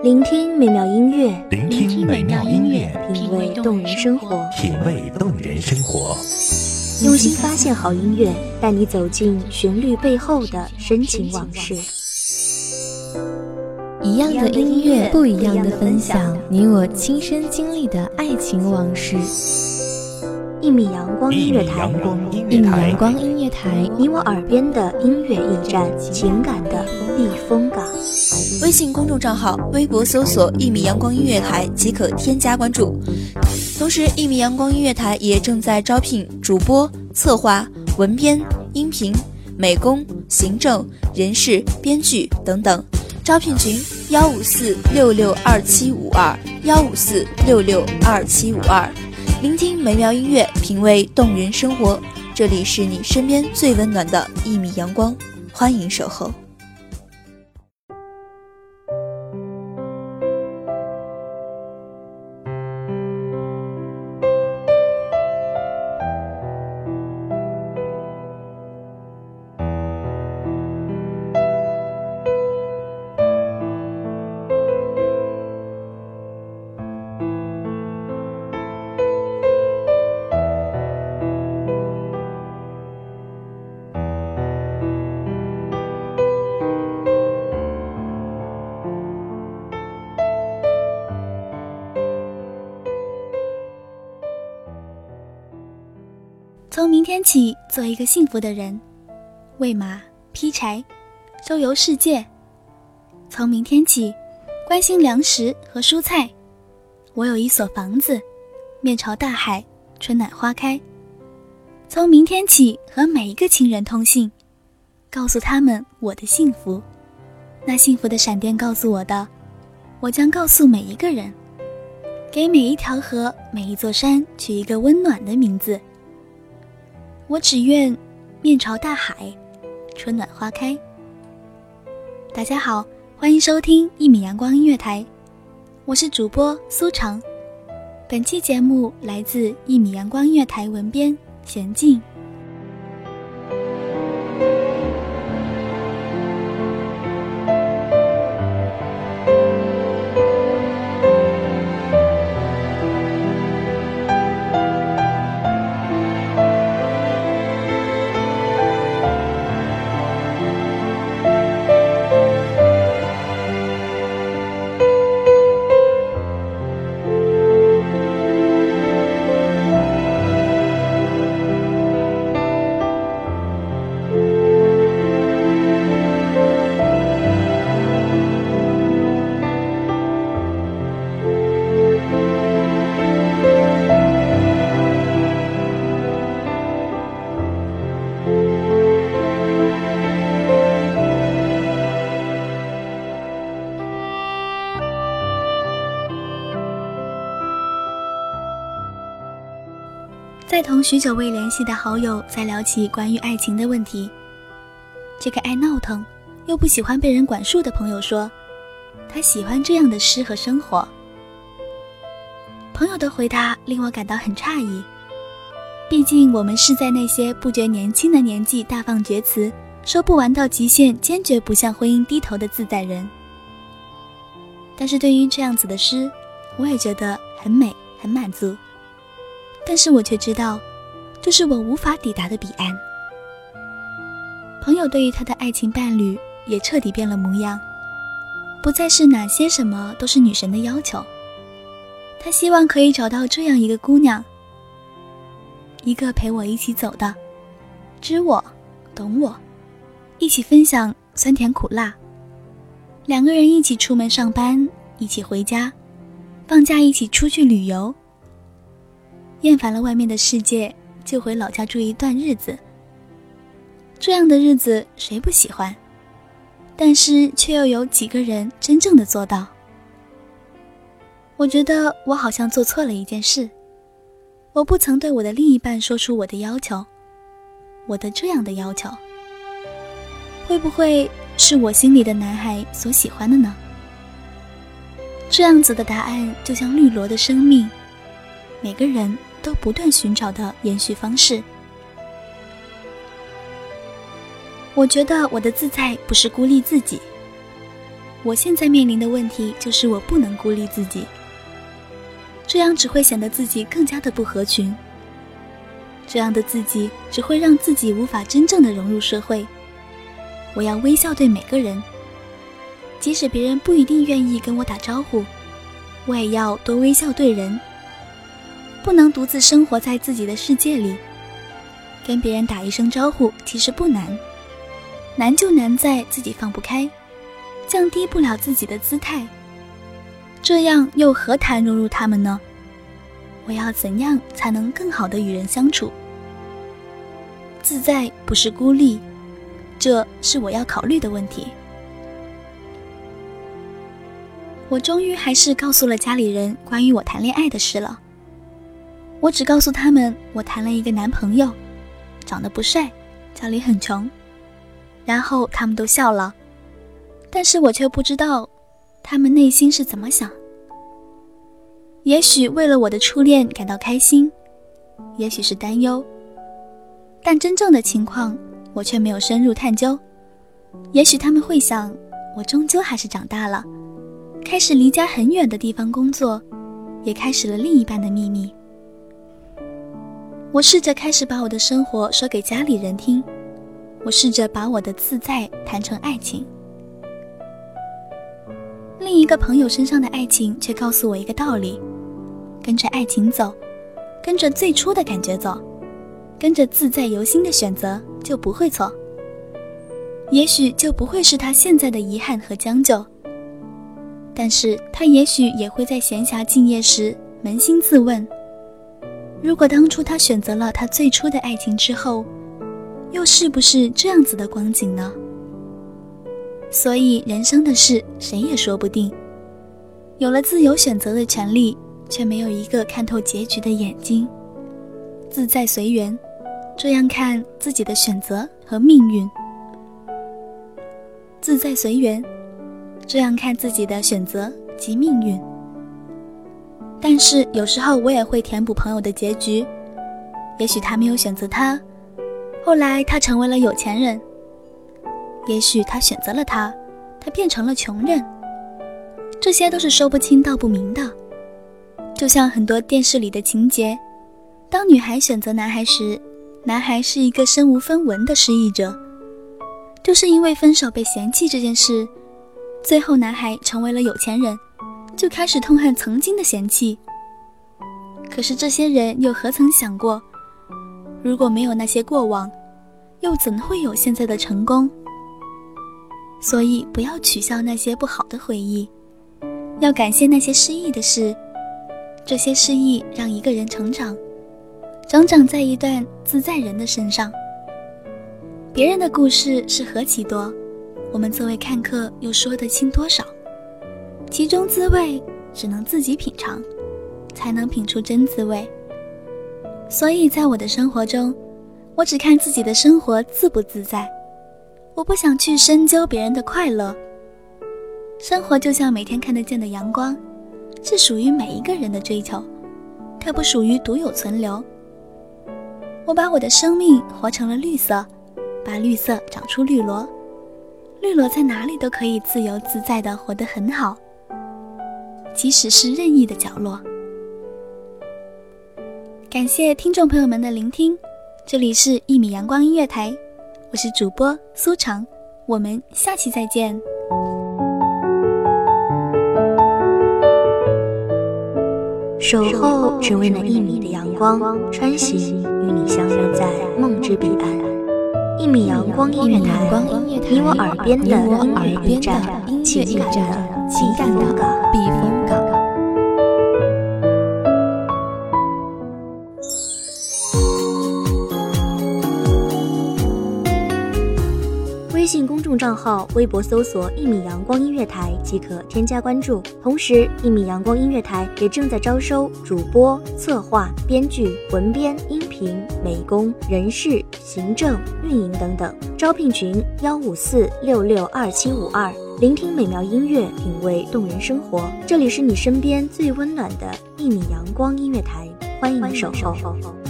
聆听美妙音乐， 聆听美妙音乐， 品味动人生活， 品味动人生活。 用心发现好音乐，带你走进旋律背后的深情往事。 一样的音乐，不一样的分享，你我亲身经历的爱情往事。 一米阳光音乐台， 一米阳光音乐台， 你我耳边的音乐驿站，情感的避风港。 微信公众账号、微博搜索一米阳光音乐台即可添加关注。同时，一米阳光音乐台也正在招聘主播、策划、文编、音频、美工、行政、人事、编剧等等。招聘群154662752，154662752。聆听美妙音乐，品味动人生活。这里是你身边最温暖的一米阳光，欢迎守候。 从明天起，做一个幸福的人，喂马、劈柴、周游世界。从明天起，关心粮食和蔬菜。我有一所房子，面朝大海，春暖花开。从明天起，和每一个亲人通信，告诉他们我的幸福。那幸福的闪电告诉我的，我将告诉每一个人。给每一条河、每一座山取一个温暖的名字。我只愿面朝大海，春暖花开。大家好，欢迎收听一米阳光音乐台，我是主播苏长。本期节目来自一米阳光音乐台文编娴静。在同许久未联系的好友在聊起关于爱情的问题，这个爱闹腾又不喜欢被人管束的朋友说，他喜欢这样的诗和生活。朋友的回答令我感到很诧异，毕竟我们是在那些不觉年轻的年纪大放厥词，说不玩到极限，坚决不向婚姻低头的自在人。但是对于这样子的诗，我也觉得很美，很满足。但是我却知道，这是我无法抵达的彼岸。朋友对于他的爱情伴侣也彻底变了模样，不再是哪些什么都是女神的要求。他希望可以找到这样一个姑娘，一个陪我一起走的，知我、懂我，一起分享酸甜苦辣，两个人一起出门上班，一起回家，放假一起出去旅游。厌烦了外面的世界，就回老家住一段日子。这样的日子谁不喜欢？但是却又有几个人真正的做到？我觉得我好像做错了一件事，我不曾对我的另一半说出我的要求，我的这样的要求。会不会是我心里的男孩所喜欢的呢？这样子的答案就像绿萝的生命，每个人都不断寻找的延续方式。我觉得我的自在不是孤立自己， 我现在面临的问题就是我不能孤立自己，这样只会显得自己更加的不合群，这样的自己只会让自己无法真正的融入社会。我要微笑对每个人，即使别人不一定愿意跟我打招呼，我也要多微笑对人。不能独自生活在自己的世界里，跟别人打一声招呼其实不难，难就难在自己放不开，降低不了自己的姿态，这样又何谈融入他们呢？我要怎样才能更好地与人相处？自在不是孤立，这是我要考虑的问题。我终于还是告诉了家里人关于我谈恋爱的事了。我只告诉他们我谈了一个男朋友，长得不帅，家里很穷，然后他们都笑了，但是我却不知道他们内心是怎么想。也许为了我的初恋感到开心，也许是担忧，但真正的情况我却没有深入探究。也许他们会想，我终究还是长大了，开始离家很远的地方工作，也开始了另一半的秘密。我试着开始把我的生活说给家里人听，我试着把我的自在谈成爱情。另一个朋友身上的爱情却告诉我一个道理，跟着爱情走，跟着最初的感觉走，跟着自在由心的选择就不会错，也许就不会是他现在的遗憾和将就，但是他也许也会在闲暇静夜时扪心自问，如果当初他选择了他最初的爱情之后，又是不是这样子的光景呢？所以人生的事谁也说不定，有了自由选择的权利，却没有一个看透结局的眼睛。自在随缘，这样看自己的选择和命运。自在随缘，这样看自己的选择及命运。但是有时候我也会填补朋友的结局，也许他没有选择他，后来他成为了有钱人，也许他选择了他，他变成了穷人，这些都是说不清道不明的。就像很多电视里的情节，当女孩选择男孩时，男孩是一个身无分文的失意者，就是因为分手被嫌弃这件事，最后男孩成为了有钱人，就开始痛恨曾经的嫌弃。可是这些人又何曾想过，如果没有那些过往，又怎会有现在的成功？所以不要取笑那些不好的回忆，要感谢那些失意的事，这些失意让一个人成长，长在一段自在人的身上。别人的故事是何其多，我们作为看客又说得清多少？其中滋味只能自己品尝，才能品出真滋味。所以在我的生活中，我只看自己的生活自不自在，我不想去深究别人的快乐。生活就像每天看得见的阳光，是属于每一个人的追求，它不属于独有存留。我把我的生命活成了绿色，把绿色长出绿萝，绿萝在哪里都可以自由自在地活得很好，即使是任意的角落。感谢听众朋友们的聆听，这里是1米阳光音乐台，我是主播苏常，我们下期再见。 守候只为那1米的阳光，穿行与你相约在梦之彼岸。1米阳光音乐台，你我耳边的音乐驿站，情感的避风港。微信公众账号、微博搜索1米阳光音乐台即可添加关注。同时，1米阳光音乐台也正在招收主播、策划、编剧、文编、音频、美工、人事、行政、运营等等。招聘群154662752。聆听美妙音乐，品味动人生活。这里是你身边最温暖的1米阳光音乐台，欢迎你守候。